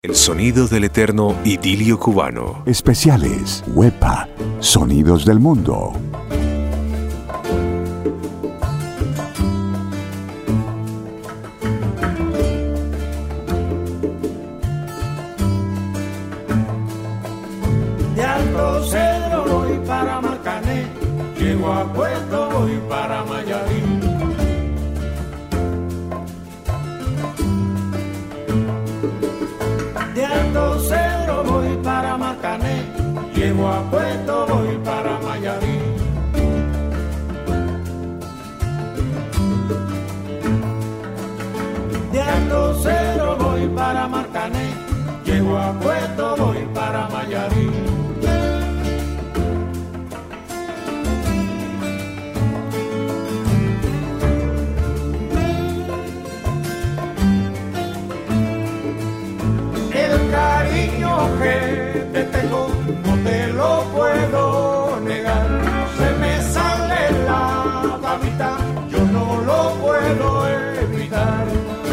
Sonidos del eterno idilio cubano. Especiales Huepa, Sonidos del Mundo. De Alto Cedro voy para Marcané, llego a Puerto, voy para Mayarí. De Alto Cedro voy para Marcané, llego a Puerto, voy para Mayarí. De Alto Cedro voy para Marcané, llego a Puerto, voy para Mayarí. El cariño que te tengo no te lo puedo negar. Se me sale la babita, yo no lo puedo evitar.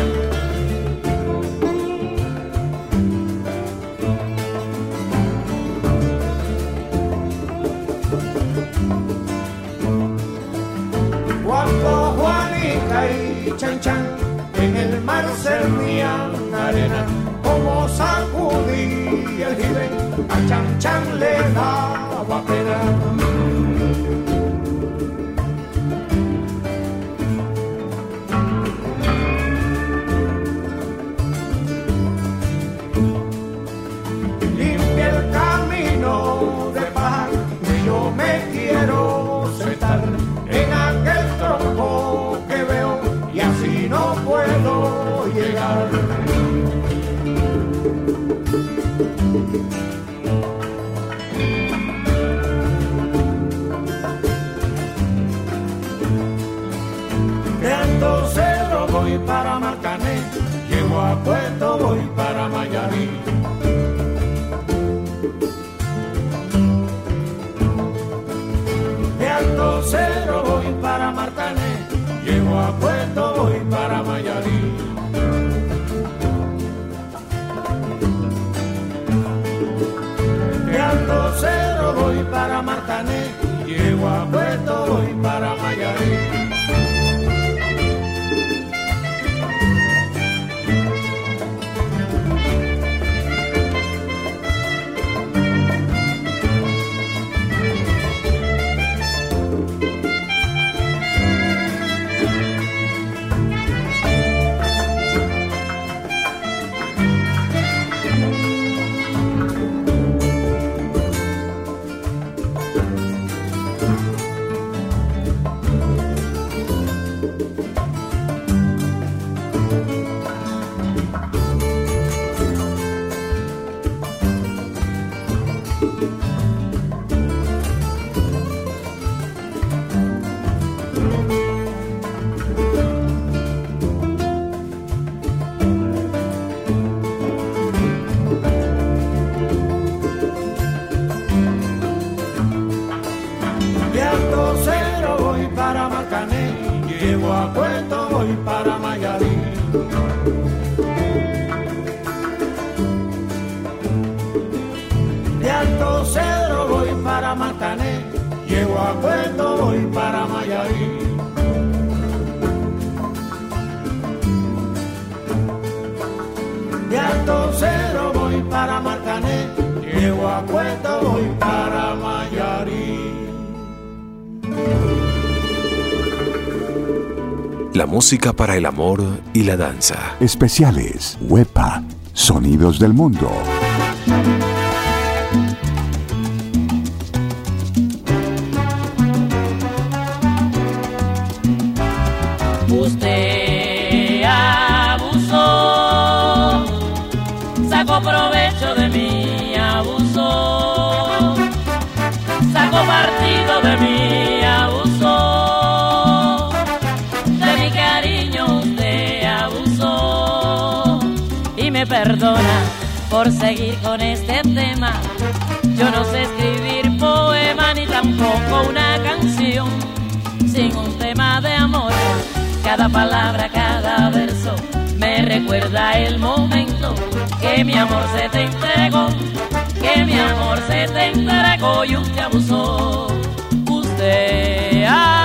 Cuando Juanita y Chan Chan en el mar servían arena, como sacudí el jibe, a Chan Chan le daba pena. Limpia el camino de paz, que yo me quiero sentar en aquel tronco que veo y así no puedo llegar. De Alto Cedro voy para Marcané, llego a Puerto, voy para Mayarí. De Alto Cedro voy para Marcané, llego a Puerto, voy para Mayarí. De Alto Cedro voy para Marcané, llego a Puerto, voy para Mayarí. De Alto Cedro voy para Marcané, llego a Puerto, voy para Mayarí. De Alto Cedro voy para Marcané, llego a Puerto, voy para Mayarí. De Alto Cedro voy para Marcané, llego a Puerto, voy para Mayarí. La música para el amor y la danza. Especiales Huepa, Sonidos del Mundo. Usted abusó, sacó provecho de mí, abusó, sacó partido de mí, abusó, de mi cariño usted abusó, y me perdona por seguir con este tema. Yo no sé escribir poema ni tampoco una canción sin un tema de amor. Cada palabra, cada verso me recuerda el momento que mi amor se te entregó, que mi amor se te entregó y usted abusó, usted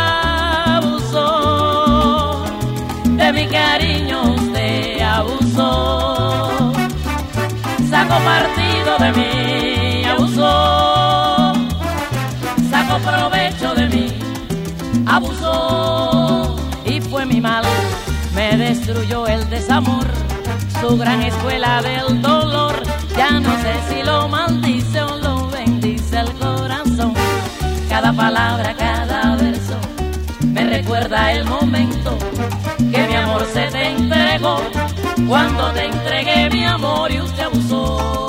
abusó de mi cariño, usted abusó, sacó partido de mí, abusó, sacó provecho de mí, abusó y fue mi mal, me destruyó el desamor, su gran escuela del dolor, ya no sé si lo maldice o lo bendice el corazón, cada palabra, cada verso, me recuerda el momento que mi amor se te entregó, cuando te entregué mi amor y usted abusó.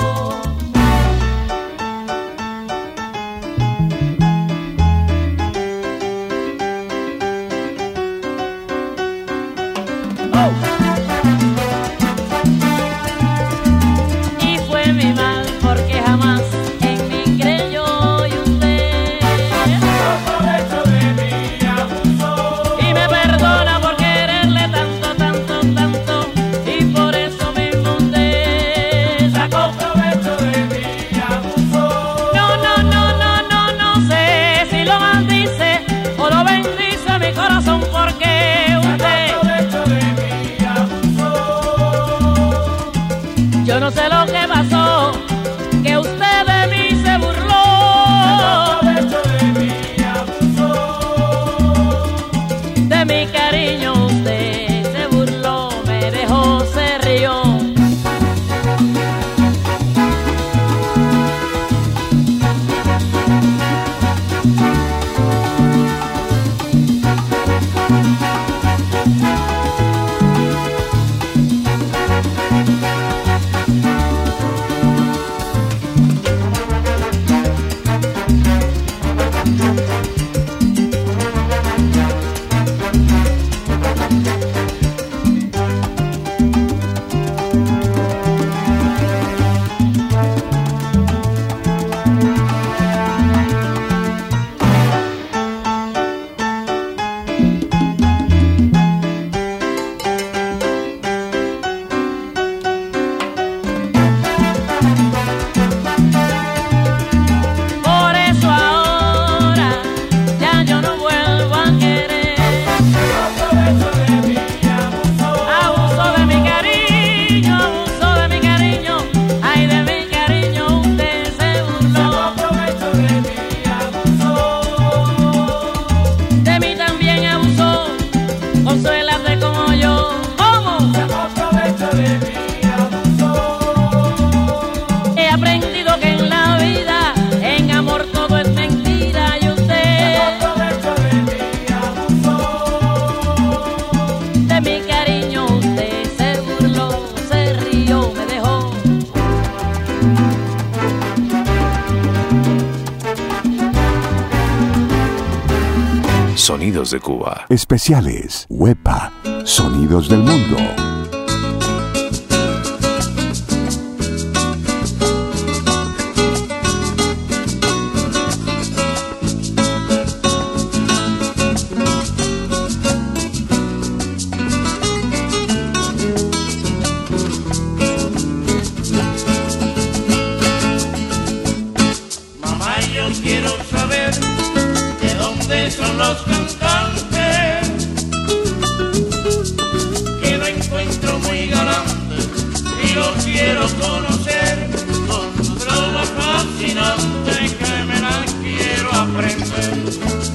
Y fue mi mal porque jamás en mí creyó y usted provecho de mí abusó. y me perdona por quererle tanto, tanto, tanto y por eso mismo usted sacó Provecho de mí abusó. no, no, no, no, no, no sé si lo maldice o lo bendice mi corazón porque usted Provecho de mí abusó. yo no sé lo que pasó, que usted de mí se burló. Provecho de mí abusó. De mi cariño usted se burló, me dejó, se rió. Por eso ahora ya yo no vuelvo a querer. Provecho de mí abusó. Abuso de mi cariño, ay de mi cariño usted se burló. Provecho de mí abusó. De mí también abusó, consuélate como yo. ¿Cómo? Provecho de mí abusó. He aprendido que en la vida, en amor todo es mentira y usted Provecho de mí abusó. de mi cariño usted se burló, se rió, me dejó. Sonidos de Cuba. Especiales. Huepa. Sonidos del mundo. Mamá, yo quiero saber de dónde son los cantantes que no encuentro muy galantes y los quiero conocer con su trova fascinante que me la quiero aprender.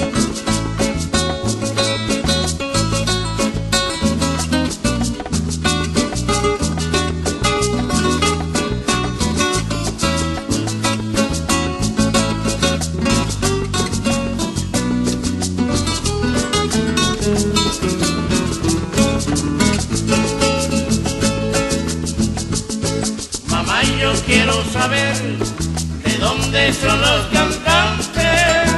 Mamá, yo quiero saber de dónde son los cantantes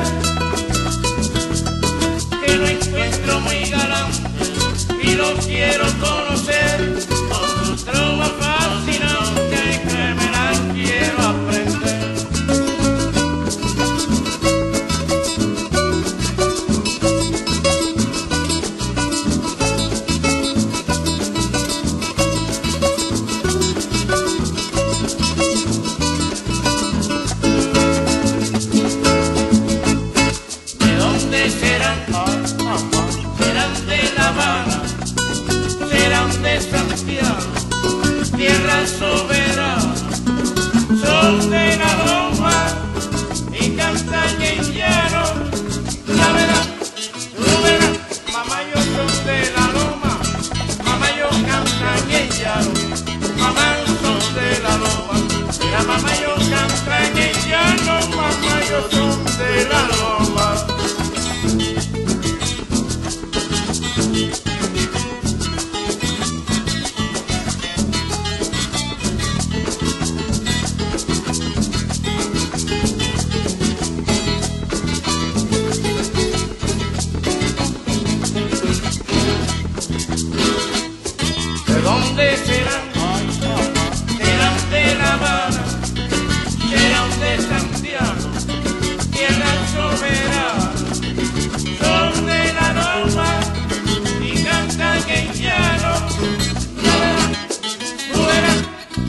que no encuentro muy galantes y los quiero conocer con su trova fascinante que me la quiero aprender. ¿De dónde serán? Serán de La Habana, serán de Santiago, tierra soberana, son de la Roma y cantan en llano. Ya verás, tú verás, mamá yo son de la Loma, mamá yo cantan en llano, mamá son de la Loma, mira mamá yo cantan en llano, mamá yo son de la Loma. ¿De dónde serán? Serán de La Habana, serán de Santiago, tierra soberana, son de la Roma y cantan en llano. Ya verás, tú verás.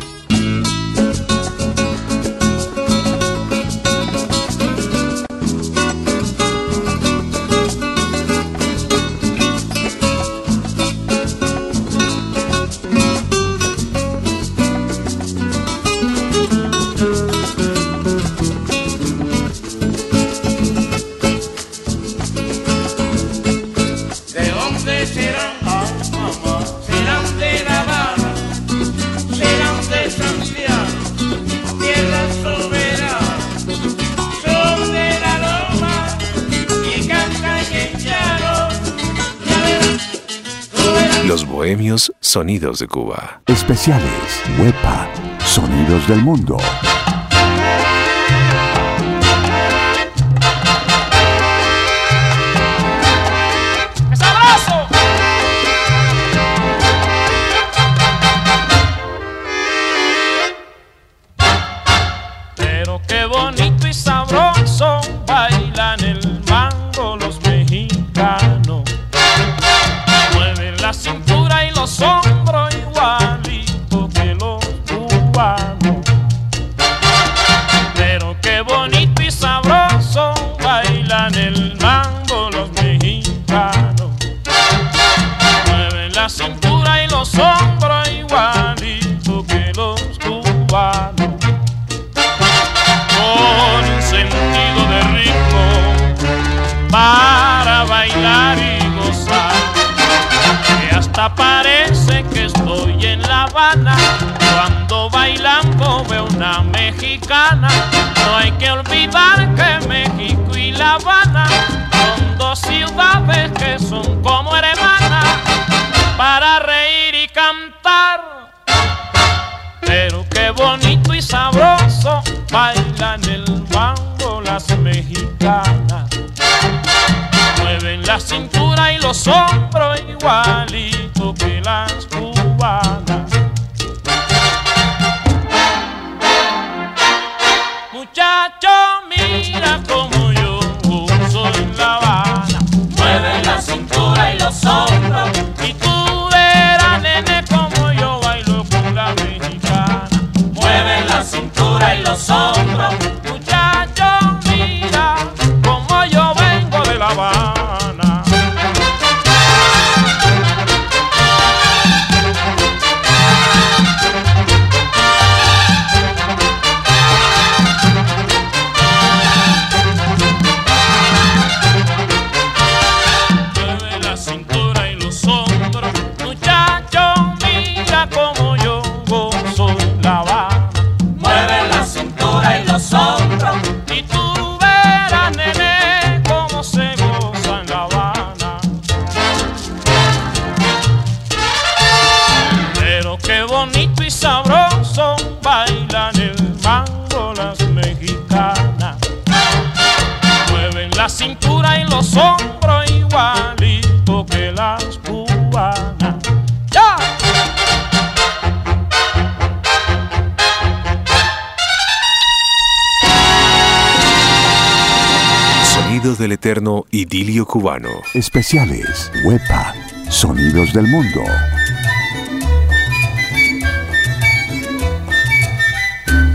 ¿De dónde serán? Serán de La Habana, serán de Santiago, tierra soberana, son de la Loma y cantan en llano. Ya verás, tú verás. Los bohemios sonidos de Cuba. Especiales Huepa, Sonidos del Mundo. ¡Sabroso! Pero qué bonito y sabroso bailan el mango los mexicanos. Mueven la cintura y los hombros igualito que los cubanos. Pero qué bonito y sabroso bailan el mango los mexicanos. Mueven la cintura y los hombros igualito que los cubanos. Con un sentido de ritmo para bailar y gozar, que hasta parece que estoy en La Habana. Cuando bailando veo una mexicana. No hay que olvidar que México y La Habana son dos ciudades que son como hermanas para reír y cantar. Pero qué bonito y sabroso bailan el mango las mexicanas. Mueven la cintura y los hombros igualito que las cubanas. Muchacho, mira como yo soy en La Habana. Mueven la cintura y los hombros y tú verás, nene, como yo bailo con la mexicana. Mueven la cintura y los hombros. Muchacho, mira como yo vengo de La Habana. Mueve la cintura y los hombros, muchacho, mira como yo gozo en La Habana. Mueve la cintura y los hombros y tú verás, nene, cómo se goza en La Habana. Pero qué bonito y sabroso bailan el mango las mexicanas. Mueven la cintura y los hombros igualito que las cubanas. ¡Ya! Sonidos del eterno idilio cubano. Especiales Huepa, Sonidos del Mundo.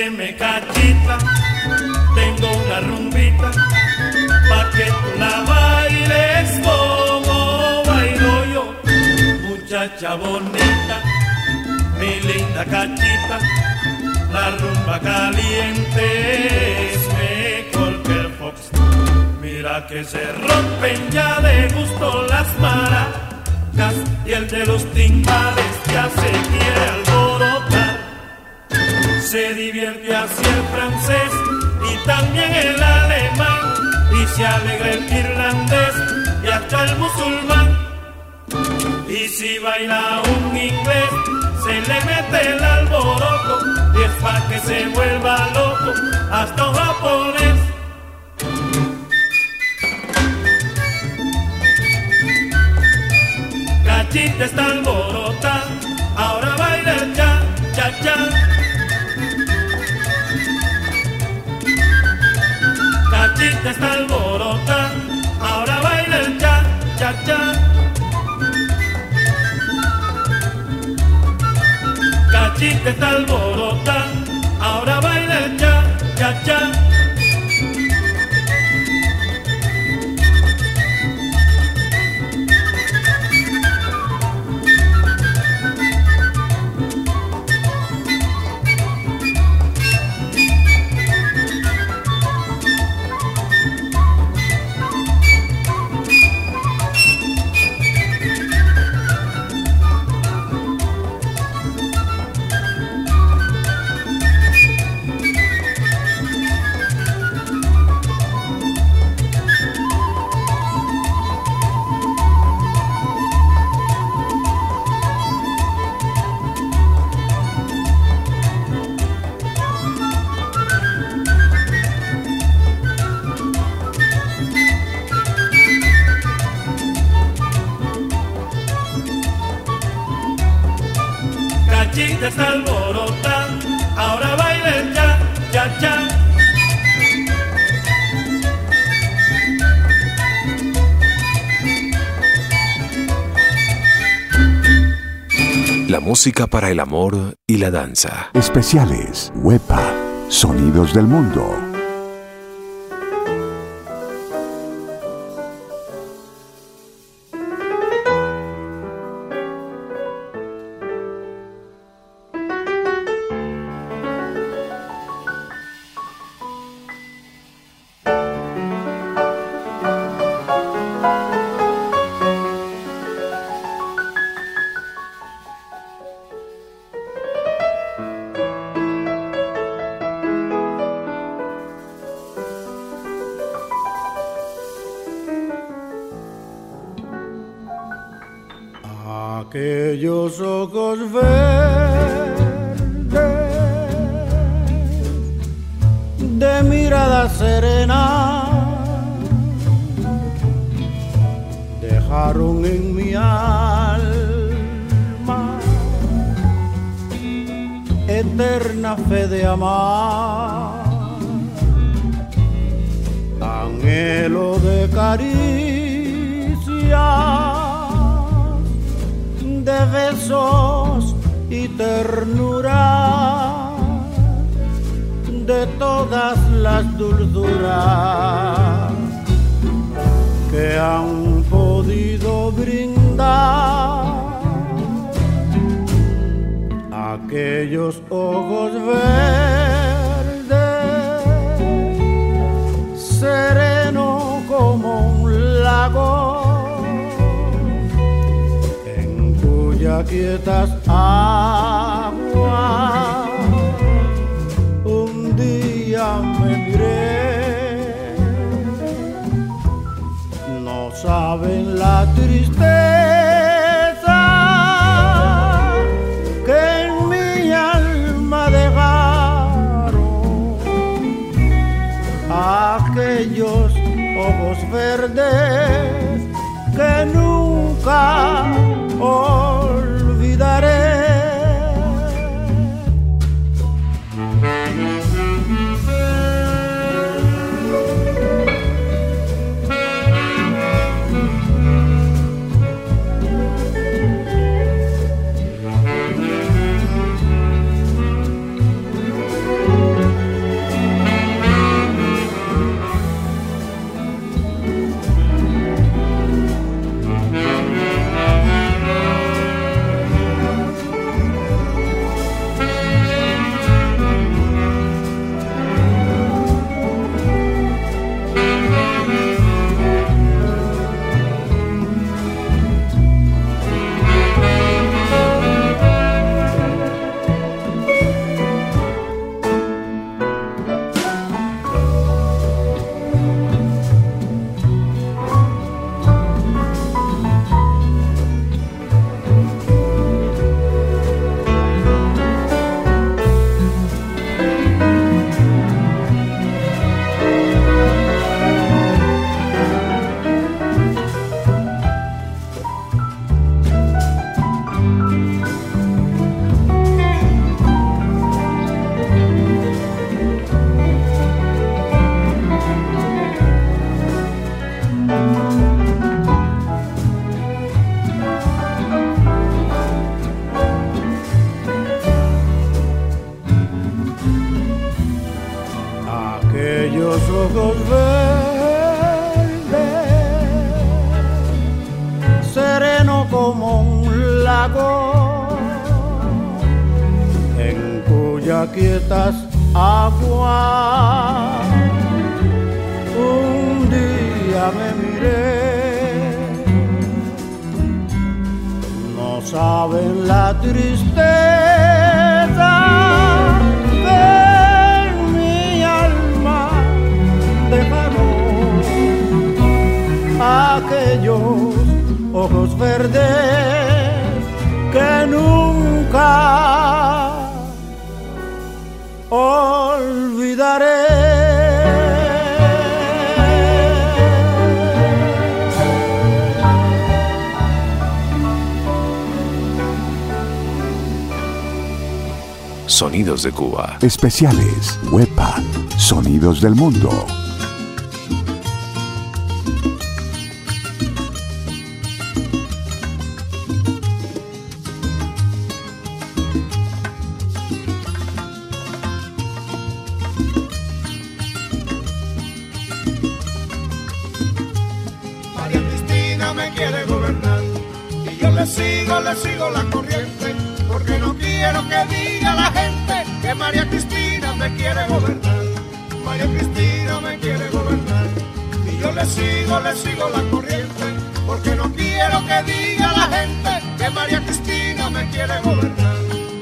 Óyeme, cachita, tengo una rumbita pa' que tú la bailes como bailo yo. Muchacha bonita, mi linda cachita, la rumba caliente es mejor que el fox. Mira que se rompen ya de gusto las maracas y el de los timbales ya se quiere alborotar. Se divierte así el francés y también el alemán, y se alegra el irlandés y hasta el musulmán. Y si baila un inglés, se le mete el alboroto, y es pa' que se vuelva loco hasta un japonés. Cachita está alborota, ahora baila el cha, cha, cha. Cachita está alborota, ahora baila el cha, cha, cha. Cachita está alborota, ahora baila el cha, cha, cha. Cachita está alborota, ahora baila el cha, cha, cha. La música para el amor y la danza. Especiales Huepa, Sonidos del Mundo. Aquellos ojos verdes de mirada serena dejaron en mi alma eterna fe de amar, anhelo de caricia, de besos y ternura, de todas las dulzuras que han podido brindar aquellos ojos verdes, sereno como un lago, quietas aguas, un día me miré, no saben la tristeza que en mi alma dejaron aquellos ojos verdes que nunca olvidaré. ojos verdes, sereno como un lago, en cuya quietas aguas un día me miré. No saben la tristeza de mi alma dejaron aquellos ojos verdes que nunca olvidaré. Sonidos de Cuba. Especiales Huepa, Sonidos del Mundo. María Cristina me quiere gobernar y yo le sigo la corriente, porque no quiero que diga la gente que María Cristina me quiere gobernar. María Cristina me quiere gobernar y yo le sigo la corriente, porque no quiero que diga la gente que María Cristina me quiere gobernar.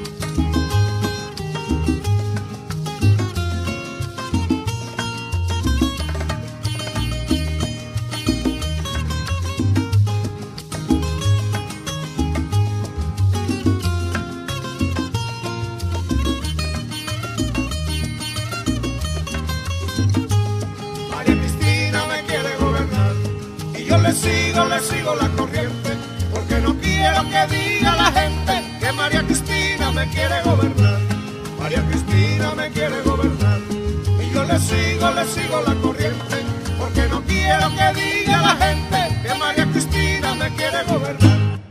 Le sigo la corriente, porque no quiero que diga la gente que María Cristina me quiere gobernar. María Cristina me quiere gobernar y yo le sigo la corriente, porque no quiero que diga la gente que María Cristina me quiere gobernar.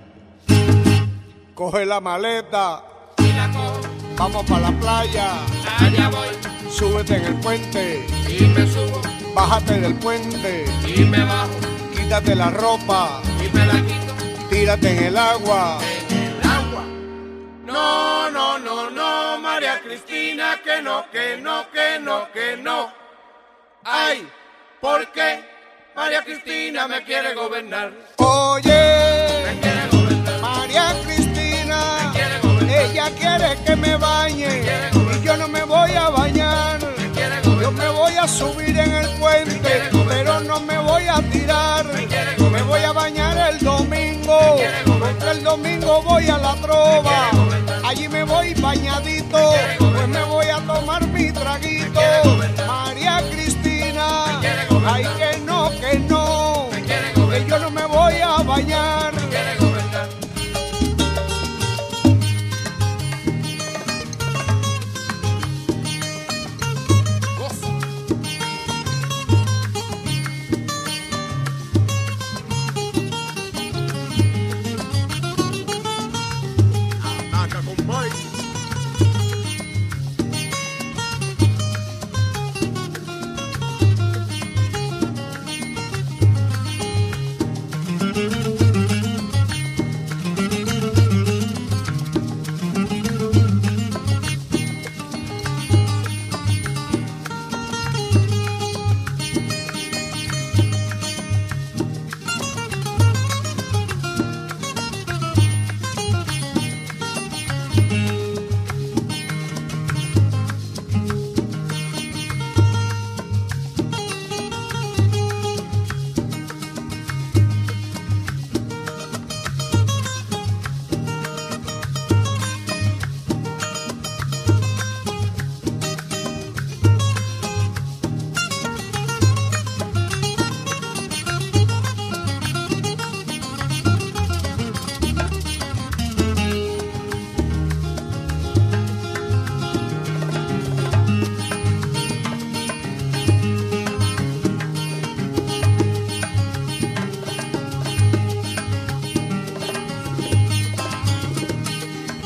Coge la maleta y la cojo, vamos para la playa, allá voy, súbete en el puente y me subo, bájate del puente y me bajo, quítate la ropa y me la quito, tírate en el agua. en el agua. No, no, no, no, María Cristina, que no, que no, que no, que no. Ay, ¿por qué María Cristina me quiere gobernar? Oye, Me quiere gobernar, María Cristina, me quiere gobernar, ella quiere que me bañe quiere gobernar. y yo no me voy a bañar. me quiere Yo gobernar, me voy a subir en el puente, quiere gobernar. pero no me voy a tirar. quiere gobernar. Me voy a bañar el domingo, quiere gobernar. porque el domingo voy a la trova. quiere gobernar. Allí me voy bañadito, quiere pues gobernar. me voy a tomar mi traguito. quiere gobernar. María Cristina, quiere gobernar. ay que no, que no, quiere que gobernar. yo no me voy a bañar. quiere gobernar.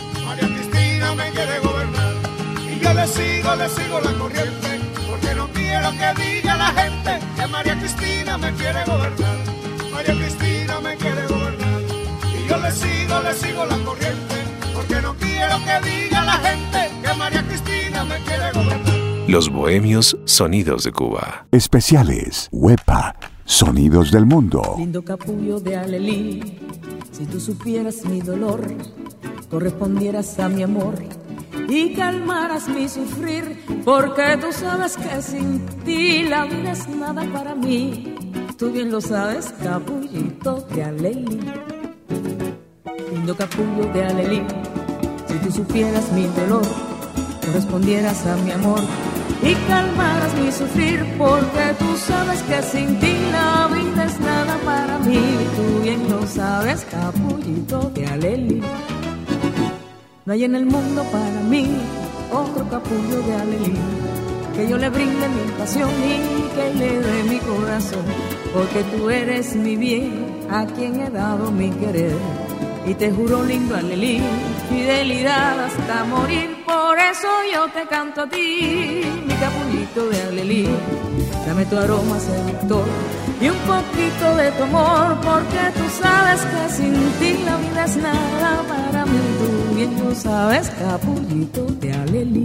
le sigo la corriente, porque no quiero quiero que diga la gente que María Cristina me quiere gobernar. María Cristina me quiere gobernar. Y yo le sigo la corriente, porque no quiero que diga la gente que María Cristina me quiere gobernar. Los bohemios sonidos de Cuba. Especiales Huepa, sonidos del mundo. Lindo capullo de alelí, si tú supieras mi dolor, correspondieras a mi amor y calmaras mi sufrir, porque tú sabes que sin ti la vida es nada para mí. Tú bien lo sabes, capullito de alelí. Lindo capullo de alelí, si tú supieras mi dolor, correspondieras a mi amor y calmaras mi sufrir, porque tú sabes que sin ti la vida es nada para mí. Tú bien lo sabes, capullito de alelí. No hay en el mundo para mí otro capullo de alelí, que yo le brinde mi pasión y que le dé mi corazón, porque tú eres mi bien, a quien he dado mi querer. Y te juro, lindo alelí, fidelidad hasta morir. Por eso yo te canto a ti, mi capullito de alelí. Dame tu aroma seductor y un poquito de tu amor, porque tú sabes que sin ti la vida es nada para mí. Tú bien lo sabes, capullito de alelí.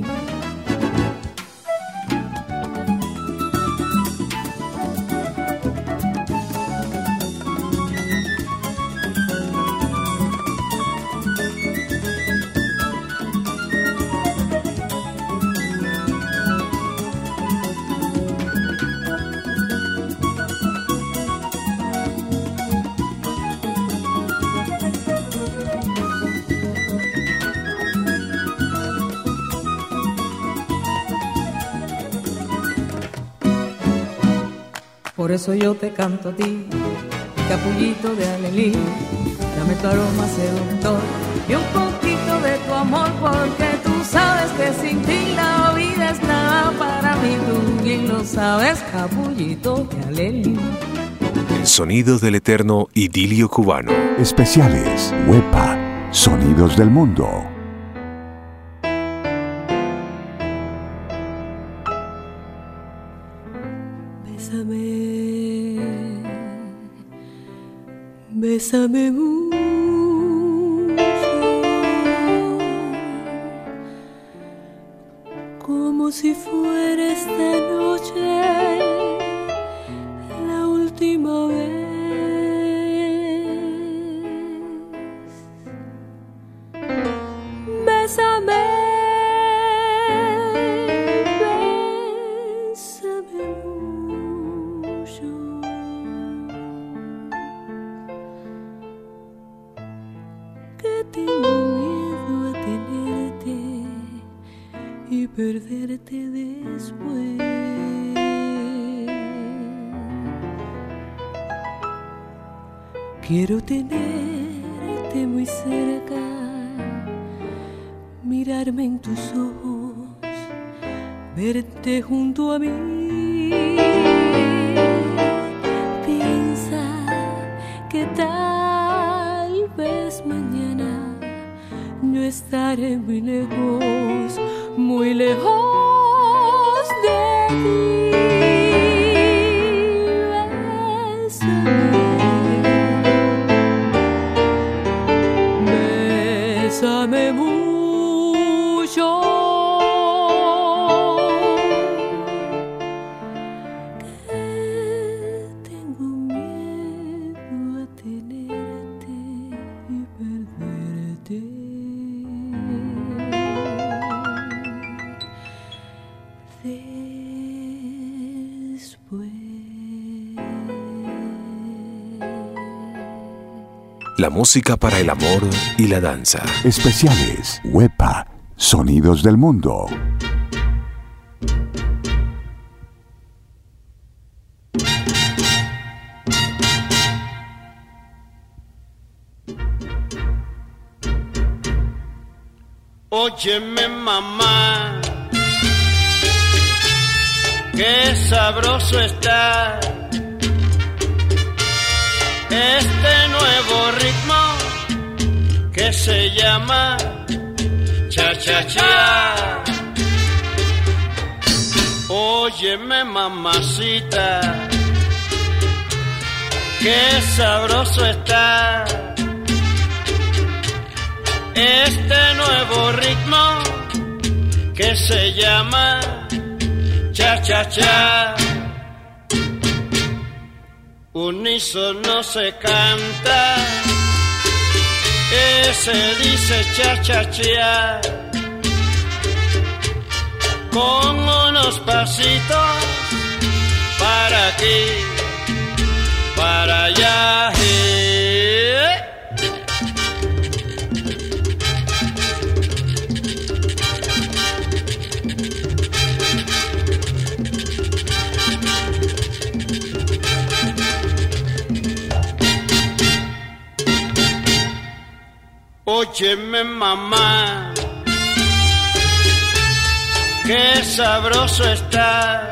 Por eso yo te canto a ti, capullito de alelí. Dame tu aroma seductor y un poquito de tu amor, porque tú sabes que sin ti la vida es nada para mí. Tú bien lo sabes, capullito de alelí. El sonido del eterno idilio cubano. Especiales Huepa, sonidos del mundo. Bésame mucho, como si fuera esta noche la última vez. Bésame, bésame mucho, que tengo miedo a tenerte y perderte después. Quiero tenerte muy cerca, mirarme en tus ojos, verte junto a mí. Piensa que tal vez mañana yo estaré muy lejos de ti. Bésame mucho, que tengo miedo a tenerte y perderte después. La música para el amor y la danza. Especiales Huepa, sonidos del mundo. Óyeme, mamá, qué sabroso está este nuevo ritmo que se llama cha-cha-cha. Óyeme mamacita, qué sabroso está este nuevo ritmo que se llama cha-cha-cha. Unísono se canta, se dice cha-cha-cha, con unos pasitos para aquí, para allá. Óyeme mamá, qué sabroso está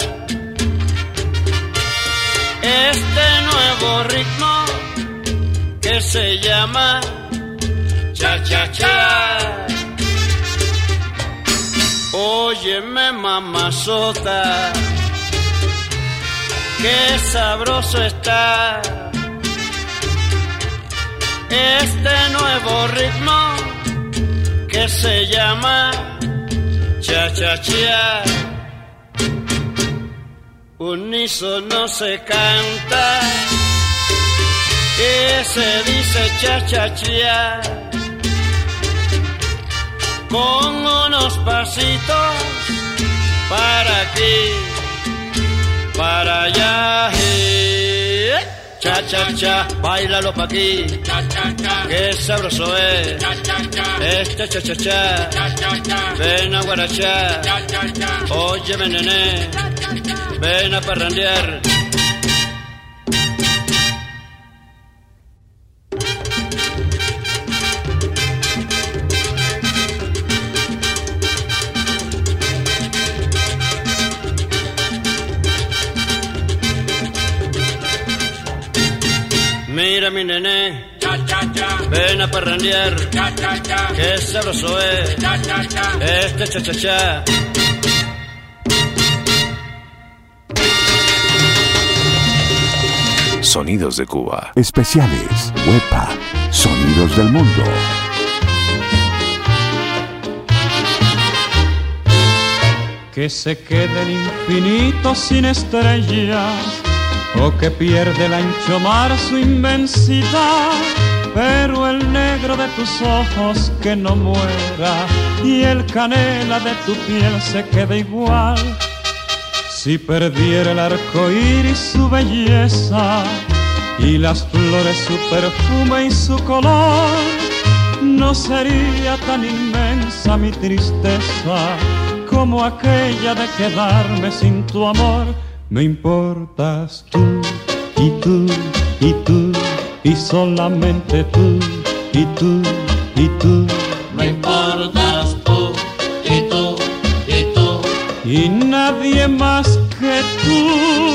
este nuevo ritmo que se llama cha-cha-cha. Óyeme mamazota, qué sabroso está este nuevo ritmo que se llama cha-cha-cha. Unísono se canta y se dice cha-cha-cha, con unos pasitos para aquí, para allá. Cha-cha-cha, báilalo pa' aquí, cha-cha-cha, qué sabroso es, cha-cha-cha, este cha-cha-cha, cha-cha-cha, ven a guarachar, cha-cha-cha, óyeme nené, cha-cha-cha, ven a parrandear. Mira mi nené, cha-cha-cha, ven a parrandear, cha-cha-cha, qué sabroso es, cha-cha-cha, este cha-cha-cha. Sonidos de Cuba. Especiales Huepa, Sonidos del Mundo. Que se quede el infinito sin estrellas, o que pierde el ancho mar su inmensidad, pero el negro de tus ojos que no muera y el canela de tu piel se quede igual. Si perdiera el arco iris su belleza y las flores su perfume y su color, no sería tan inmensa mi tristeza como aquella de quedarme sin tu amor. Me importas tú, y tú, y tú, y solamente tú, y tú, y tú. Me importas tú, y tú, y tú, y nadie más que tú.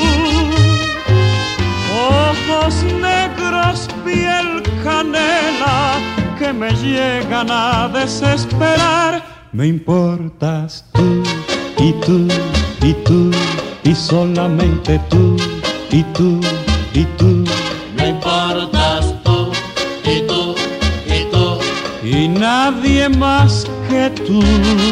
Ojos negros, piel canela, que me llegan a desesperar. Me importas tú, y tú, y tú, y solamente tú, y tú, y tú. Me importas tú, y tú, y tú, y nadie más que tú.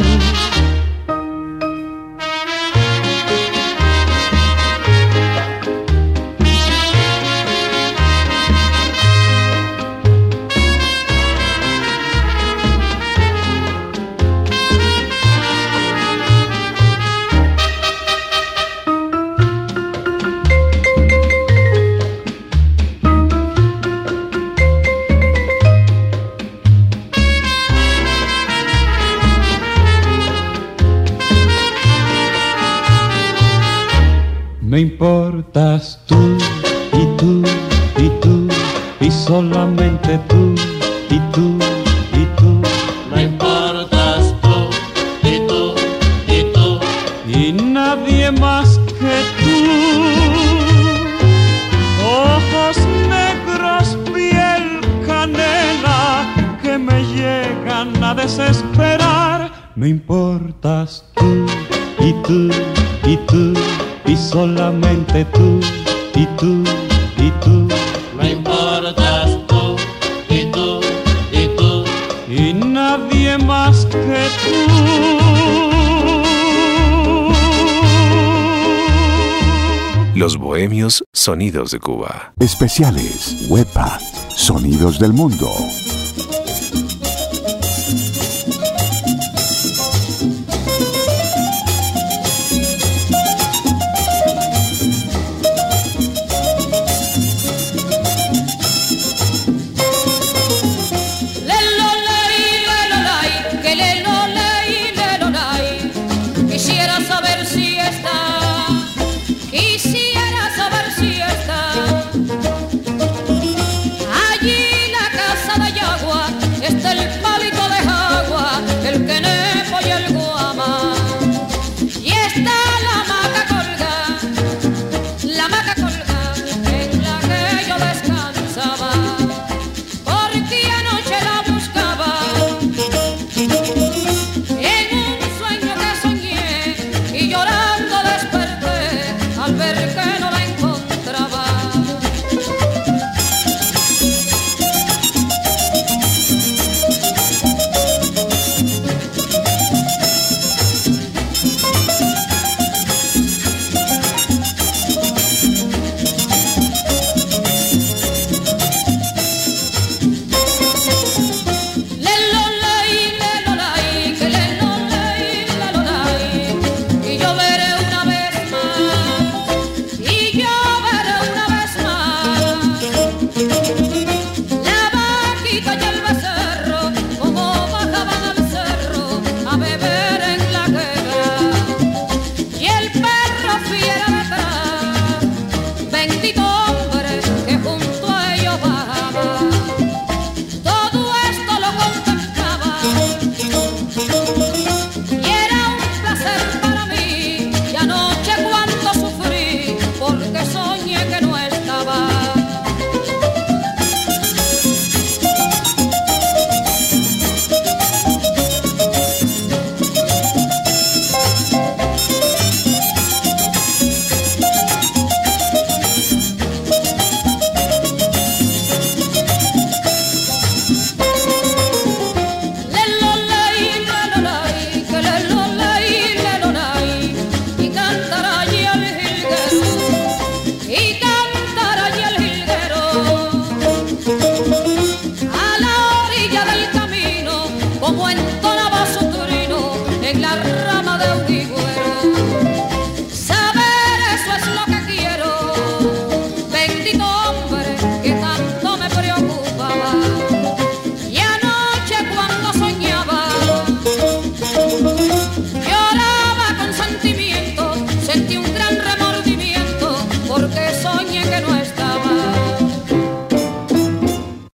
Me importas tú, y tú, y tú, y solamente tú, y tú, y tú. me importas tú, y tú, y tú, y nadie más que tú. Ojos negros, piel canela, que me llegan a desesperar. Me importas tú, y tú, y tú, y solamente tú, y tú, y tú. Me importas tú, y tú, y tú. Y nadie más que tú. Los bohemios sonidos de Cuba. Especiales, Huepa, Sonidos del Mundo.